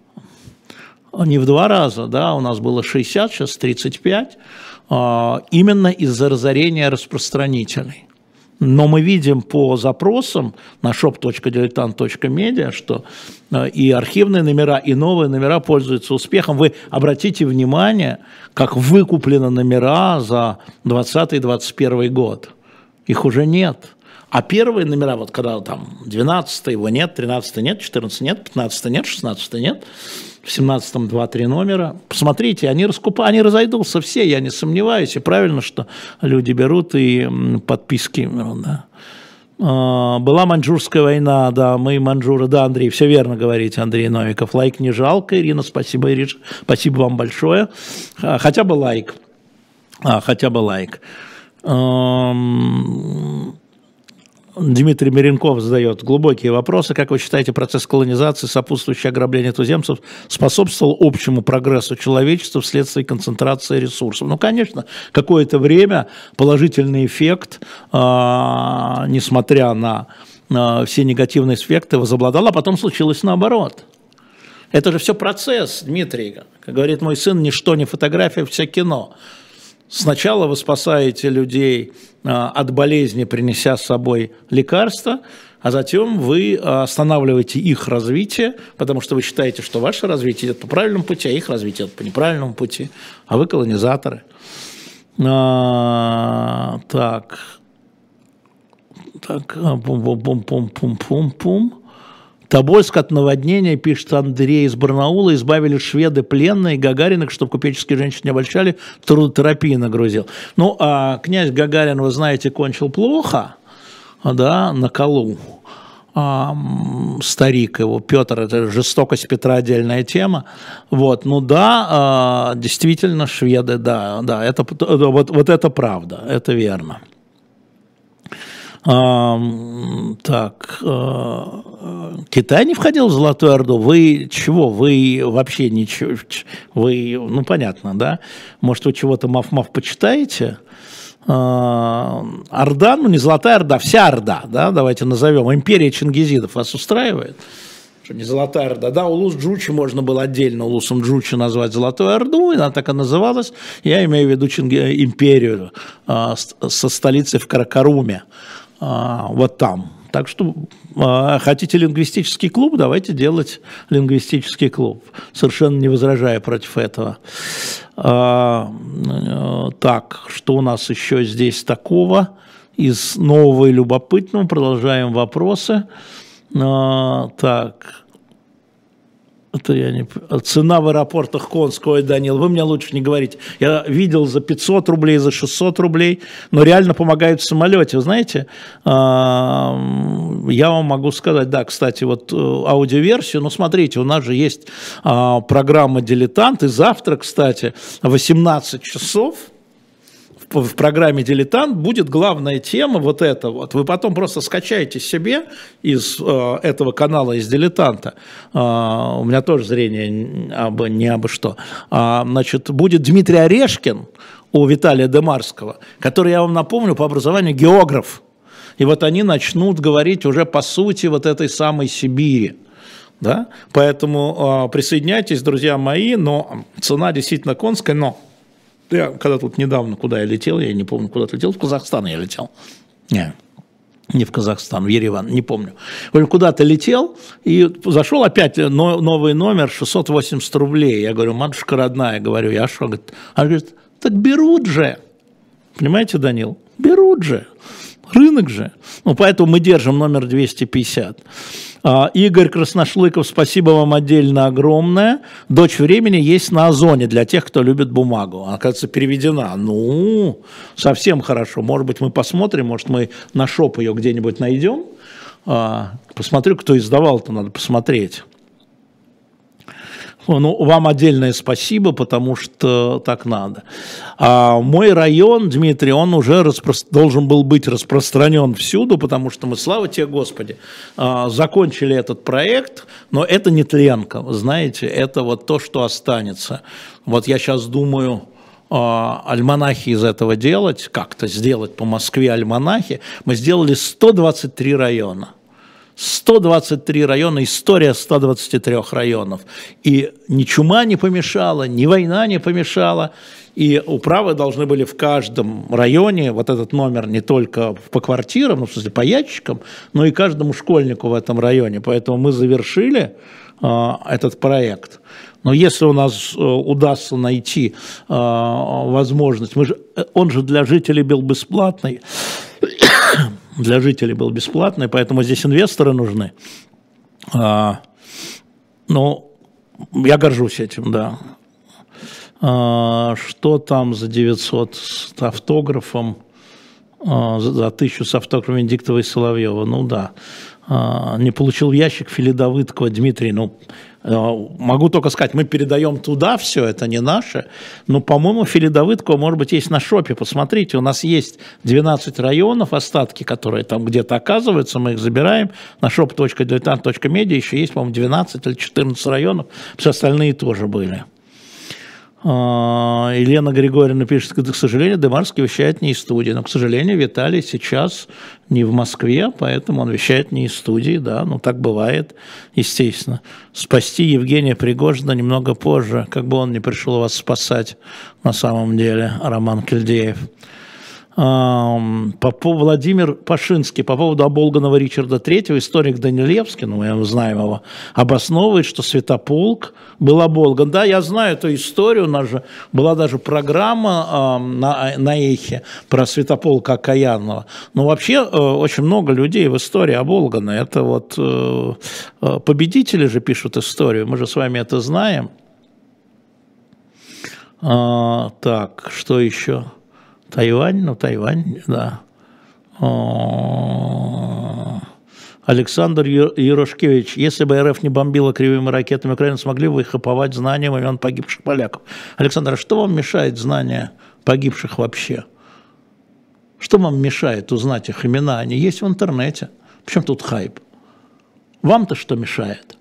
не в два раза, да, у нас было шестьдесят, сейчас тридцать пять, именно из-за разорения распространителей. Но мы видим по запросам на шоп точка дилетант точка медиа, что и архивные номера, и новые номера пользуются успехом. Вы обратите внимание, как выкуплены номера за двадцатый — двадцать первый год. Их уже нет. А первые номера, вот когда там двенадцатый его нет, тринадцатый нет, четырнадцатый нет, пятнадцатый нет, шестнадцатый нет, в семнадцатом два-три номера. Посмотрите, они раскупают, они разойдутся все, я не сомневаюсь. И правильно, что люди берут и подписки. Да. Была маньчжурская война, да, мы маньчжуры, да, Андрей, все верно говорите, Андрей Новиков. Лайк не жалко, Ирина, спасибо, Ириш, спасибо вам большое. Хотя бы лайк, а, хотя бы лайк. Дмитрий Миренков задает глубокие вопросы. Как вы считаете, процесс колонизации, сопутствующий ограблению туземцев, способствовал общему прогрессу человечества вследствие концентрации ресурсов? Ну, конечно, какое-то время положительный эффект, э, несмотря на э, все негативные эффекты, возобладал, а потом случилось наоборот. Это же все процесс, Дмитрий. Как говорит мой сын, ничто не фотография, все кино. Сначала вы спасаете людей а, от болезни, принеся с собой лекарства, а затем вы останавливаете их развитие, потому что вы считаете, что ваше развитие идет по правильному пути, а их развитие идет по неправильному пути, а вы колонизаторы. А, так, так, пум-пум-пум-пум-пум-пум. Тобольск от наводнения, пишет Андрей из Барнаула, избавили шведы пленные, Гагариных, чтобы купеческие женщины не обольщали, трудотерапии нагрузил. Ну, а князь Гагарин, вы знаете, кончил плохо, да, на колу. А, старик его, Петр, это жестокость Петра отдельная тема. Вот, ну да, а, действительно, шведы, да, да, это, вот, вот это правда, это верно. А, так, а, Китай не входил в Золотую Орду? Вы чего? Вы вообще ничего, вы, ну понятно, да? Может, вы чего-то мав-мав почитаете? Орда, ну не Золотая Орда, вся Орда, да, давайте назовем, империя чингизидов вас устраивает? Что не Золотая Орда, да, Улус-Джучи можно было отдельно Улусом Джучи назвать Золотую Орду, и она так и называлась, я имею в виду Чинги, империю а, со столицей в Каракаруме, а, вот там. Так что а, хотите лингвистический клуб, давайте делать лингвистический клуб, совершенно не возражая против этого. А, а, так, что у нас еще здесь такого из нового и любопытного, продолжаем вопросы. А, так, это я не... Цена в аэропортах Конского, ой, Данил, вы мне лучше не говорите. Я видел за пятьсот рублей, за шестьсот рублей, но реально помогают в самолете. Вы знаете, а, я вам могу сказать, да, кстати, вот аудиоверсию, ну, смотрите, у нас же есть а, программа «Дилетант», и завтра, кстати, в восемнадцать часов в программе «Дилетант» будет главная тема вот эта вот. Вы потом просто скачаете себе из э, этого канала, из «Дилетанта». Э, у меня тоже зрение абы, не абы что. А, значит, будет Дмитрий Орешкин у Виталия Демарского, который, я вам напомню, по образованию географ. И вот они начнут говорить уже по сути вот этой самой Сибири. Да? Поэтому э, присоединяйтесь, друзья мои, но цена действительно конская, но... Я когда тут недавно, куда я летел, я не помню, куда ты летел, в Казахстан я летел. Не, не в Казахстан, в Ереван, не помню. Куда-то летел и зашел опять новый номер, шестьсот восемьдесят рублей. Я говорю, матушка родная, говорю, я что? Она говорит, так берут же. Понимаете, Данил? Берут же. Рынок же. Ну, поэтому мы держим номер двести пятьдесят. А, Игорь Красношлыков, спасибо вам отдельно огромное. «Дочь времени» есть на Озоне для тех, кто любит бумагу. Она, кажется, переведена. Ну, совсем хорошо. Может быть, мы посмотрим, может, мы на шоп ее где-нибудь найдем. А, посмотрю, кто издавал-то, надо посмотреть. Ну, вам отдельное спасибо, потому что так надо. А мой район, Дмитрий, он уже распро... должен был быть распространен всюду, потому что мы, слава тебе, Господи, закончили этот проект, но это не тленка, вы знаете, это вот то, что останется. Вот я сейчас думаю... альманахи из этого делать, как-то сделать по Москве альманахи. Мы сделали сто двадцать три района. сто двадцать три района, история ста двадцати трёх районов. И ни чума не помешала, ни война не помешала. И управы должны были в каждом районе, вот этот номер не только по квартирам, ну, в смысле по ящикам, но и каждому школьнику в этом районе. Поэтому мы завершили э, этот проект. Но если у нас э, удастся найти э, возможность, мы же, он же для жителей был бесплатный, для жителей был бесплатный, поэтому здесь инвесторы нужны. А, ну, я горжусь этим, да. А, что там за девятьсот с автографом, а, за, за тысячу с автографом Венедиктова и Соловьева? Ну да. А, не получил в ящик Фили Давыдкова, Дмитрий, ну... Могу только сказать, мы передаем туда все, это не наше, но, по-моему, Фили Давыдкова, может быть, есть на шопе, посмотрите, у нас есть двенадцать районов, остатки, которые там где-то оказываются, мы их забираем, на шоп точка дилетант точка медиа еще есть, по-моему, двенадцать или четырнадцать районов, все остальные тоже были. Елена Григорьевна пишет, к сожалению, Демарский вещает не из студии, но, к сожалению, Виталий сейчас не в Москве, поэтому он вещает не из студии, да, ну так бывает, естественно. Спасти Евгения Пригожина немного позже, как бы он не пришел вас спасать на самом деле, Роман Кельдеев. По поводу Владимир Пашинский, по поводу оболганного Ричарда Третьего, историк Данилевский, ну, мы знаем его, обосновывает, что Святополк был оболган. Да, я знаю эту историю, у нас же была даже программа э, на, на Эхе про Святополка Окаянного. Но вообще э, очень много людей в истории оболганы. Это вот э, победители же пишут историю, мы же с вами это знаем. А, так, что еще? Тайвань, ну Тайвань, да. Александр Ярошкевич, если бы РФ не бомбила кривыми ракетами Украину, смогли бы их хаповать знанием имен погибших поляков? Александр, а что вам мешает знания погибших вообще? Что вам мешает узнать их имена? Они есть в интернете. Причем тут хайп? Вам-то что мешает?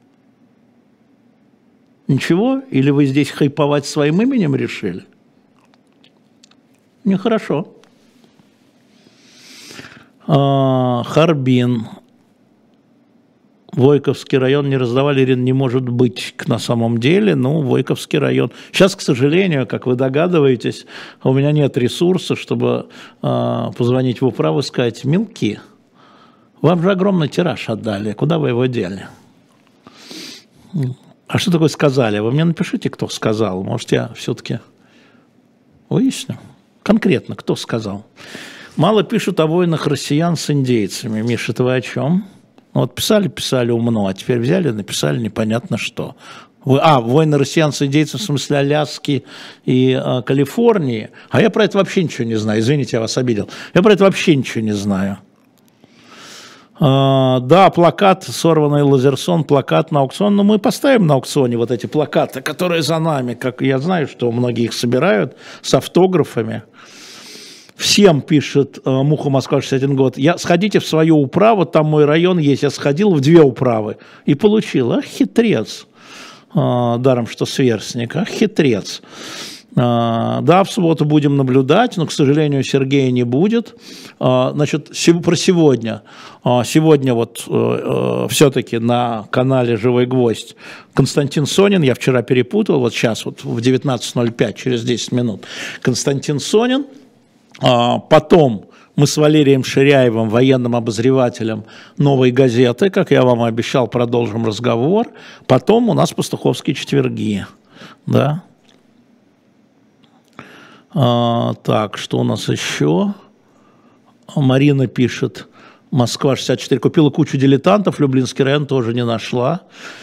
Ничего? Или вы здесь хайповать своим именем решили? Нехорошо. А, Харбин. Войковский район не раздавали, не может быть на самом деле, ну, Войковский район. Сейчас, к сожалению, как вы догадываетесь, у меня нет ресурса, чтобы э, позвонить в управу и сказать: мелки, вам же огромный тираж отдали, куда вы его дели? А что такое сказали? Вы мне напишите, кто сказал, может, я все-таки выясню конкретно, кто сказал. Мало пишут о войнах россиян с индейцами. Миша, это вы о чем? Вот писали, писали умно, а теперь взяли, написали непонятно что. Вы, а, войны россиян с индейцами, в смысле Аляски и а, Калифорнии. А я про это вообще ничего не знаю. Извините, я вас обидел. Я про это вообще ничего не знаю. А, да, плакат, сорванный Лазерсон, плакат на аукцион. Но мы поставим на аукционе вот эти плакаты, которые за нами. Как я знаю, что многие их собирают с автографами. Всем пишет э, Муха Москва шестьдесят один год. Я, сходите в свою управу, там мой район есть. Я сходил в две управы и получил. Ах, хитрец. Э, даром, что сверстник. Ах, хитрец. Э, да, в субботу будем наблюдать, но, к сожалению, Сергея не будет. Э, значит, сев, про сегодня. Э, сегодня вот э, э, все-таки на канале «Живой гвоздь» Константин Сонин, я вчера перепутал, вот сейчас вот в девятнадцать ноль пять, через десять минут, Константин Сонин. Потом мы с Валерием Ширяевым, военным обозревателем «Новой газеты», как я вам обещал, продолжим разговор. Потом у нас пастуховские четверги. Да? А, так, что у нас еще? Марина пишет, Москва шестьдесят четыре, купила кучу дилетантов, Люблинский район тоже не нашла.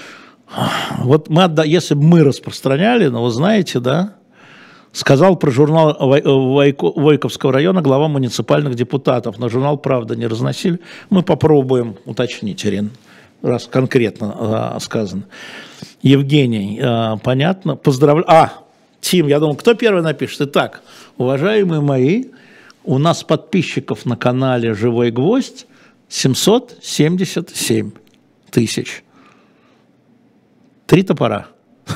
Вот мы, если бы мы распространяли, ну вы знаете, да, сказал про журнал Войковского района глава муниципальных депутатов. На журнал «Правда» не разносили. Мы попробуем уточнить, Ирина, раз конкретно а, сказано. Евгений, а, понятно. Поздравляю. А, Тим, я думал, кто первый напишет? Итак, уважаемые мои, у нас подписчиков на канале «Живой гвоздь» семьсот семьдесят семь тысяч. Три топора.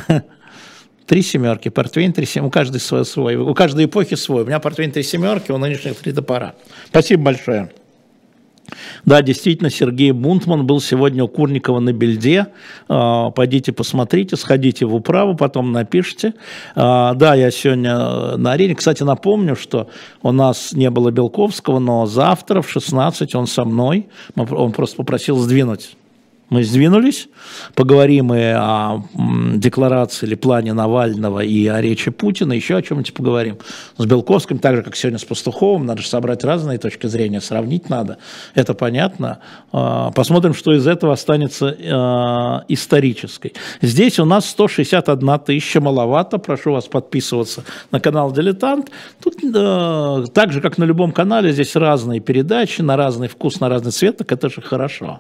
Три семерки, портвейн, три семерки, у каждой свой, свой, у каждой эпохи свой. У меня портвейн три семерки, у нынешних три топора. Спасибо большое. Да, действительно, Сергей Бунтман был сегодня у Курникова на Бельде. Пойдите посмотрите, сходите в управу, потом напишите. Да, я сегодня на арене. Кстати, напомню, что у нас не было Белковского, но завтра в шестнадцать он со мной. Он просто попросил сдвинуть. Мы сдвинулись, поговорим и о декларации или плане Навального, и о речи Путина, еще о чем-нибудь поговорим. С Белковским, так же, как сегодня с Пастуховым, надо же собрать разные точки зрения, сравнить надо, это понятно. Посмотрим, что из этого останется исторической. Здесь у нас сто шестьдесят одна тысяча, маловато, прошу вас подписываться на канал «Дилетант». Тут так же, как на любом канале, здесь разные передачи, на разный вкус, на разный цвет, так это же хорошо.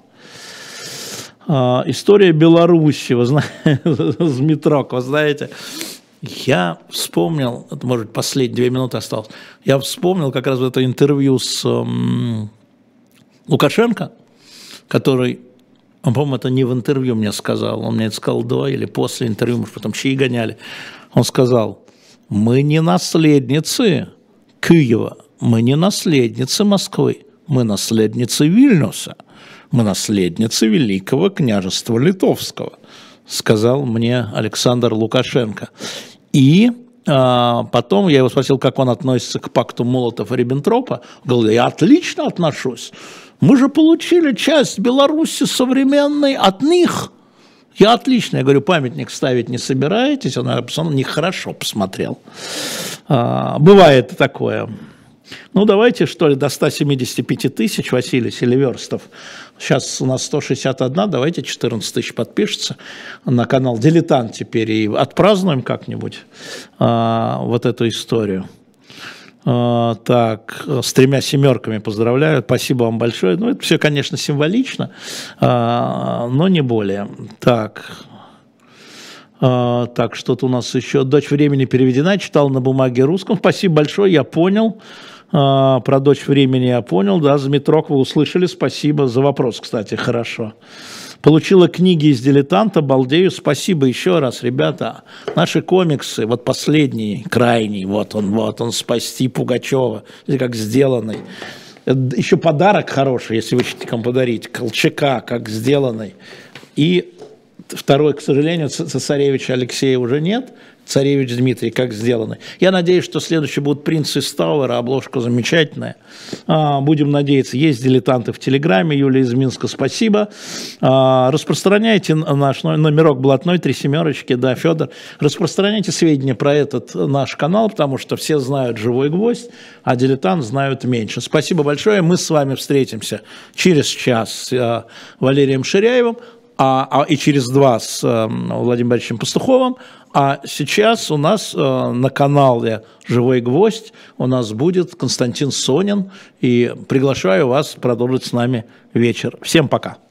История Беларуси, вы знаете, Змитрок, вы знаете, я вспомнил, это, может быть, последние две минуты осталось, я вспомнил как раз это интервью с um, Лукашенко, который, он, по-моему, это не в интервью мне сказал, он мне это сказал до или после интервью, может, потом чаи гоняли, он сказал, мы не наследницы Киева, мы не наследницы Москвы, мы наследницы Вильнюса. Мы наследницы Великого княжества Литовского, сказал мне Александр Лукашенко. И а, потом я его спросил, как он относится к пакту Молотова-Риббентропа. Он говорил, я отлично отношусь. Мы же получили часть Беларуси современной от них. Я отлично. Я говорю, памятник ставить не собираетесь? Он, он нехорошо посмотрел. А, бывает такое. Ну, давайте, что ли, до ста семидесяти пяти тысяч, Василий Селиверстов. Сейчас у нас сто шестьдесят одна, давайте четырнадцать тысяч подпишется на канал «Дилетант» теперь. И отпразднуем как-нибудь а, вот эту историю. А, так, с тремя семерками поздравляю. Спасибо вам большое. Ну, это все, конечно, символично, а, но не более. Так... Uh, так, что-то у нас еще. Дочь времени переведена, читал на бумаге русском. Спасибо большое, я понял. Uh, про дочь времени я понял. Да, Змитрок вы услышали. Спасибо за вопрос, кстати, хорошо. Получила книги из «Дилетанта», балдею. Спасибо еще раз, ребята. Наши комиксы, вот последний, крайний, вот он, вот он, «Спасти Пугачева», как сделанный. Еще подарок хороший, если вы хотите кому подарить, Колчака, как сделанный. И второй, к сожалению, цесаревича Алексея уже нет, царевич Дмитрий, как сделанный. Я надеюсь, что следующий будут принц из Тауэра, обложка замечательная. Будем надеяться. Есть дилетанты в Телеграме, Юлия из Минска, спасибо. Распространяйте наш номерок блатной, три семерочки, да, Федор. Распространяйте сведения про этот наш канал, потому что все знают «Живой гвоздь», а дилетант знают меньше. Спасибо большое. Мы с вами встретимся через час с Валерием Ширяевым. А, а, и через два с э, Владимиром Борисовичем Пастуховым. А сейчас у нас э, на канале «Живой гвоздь» у нас будет Константин Сонин. И приглашаю вас продолжить с нами вечер. Всем пока.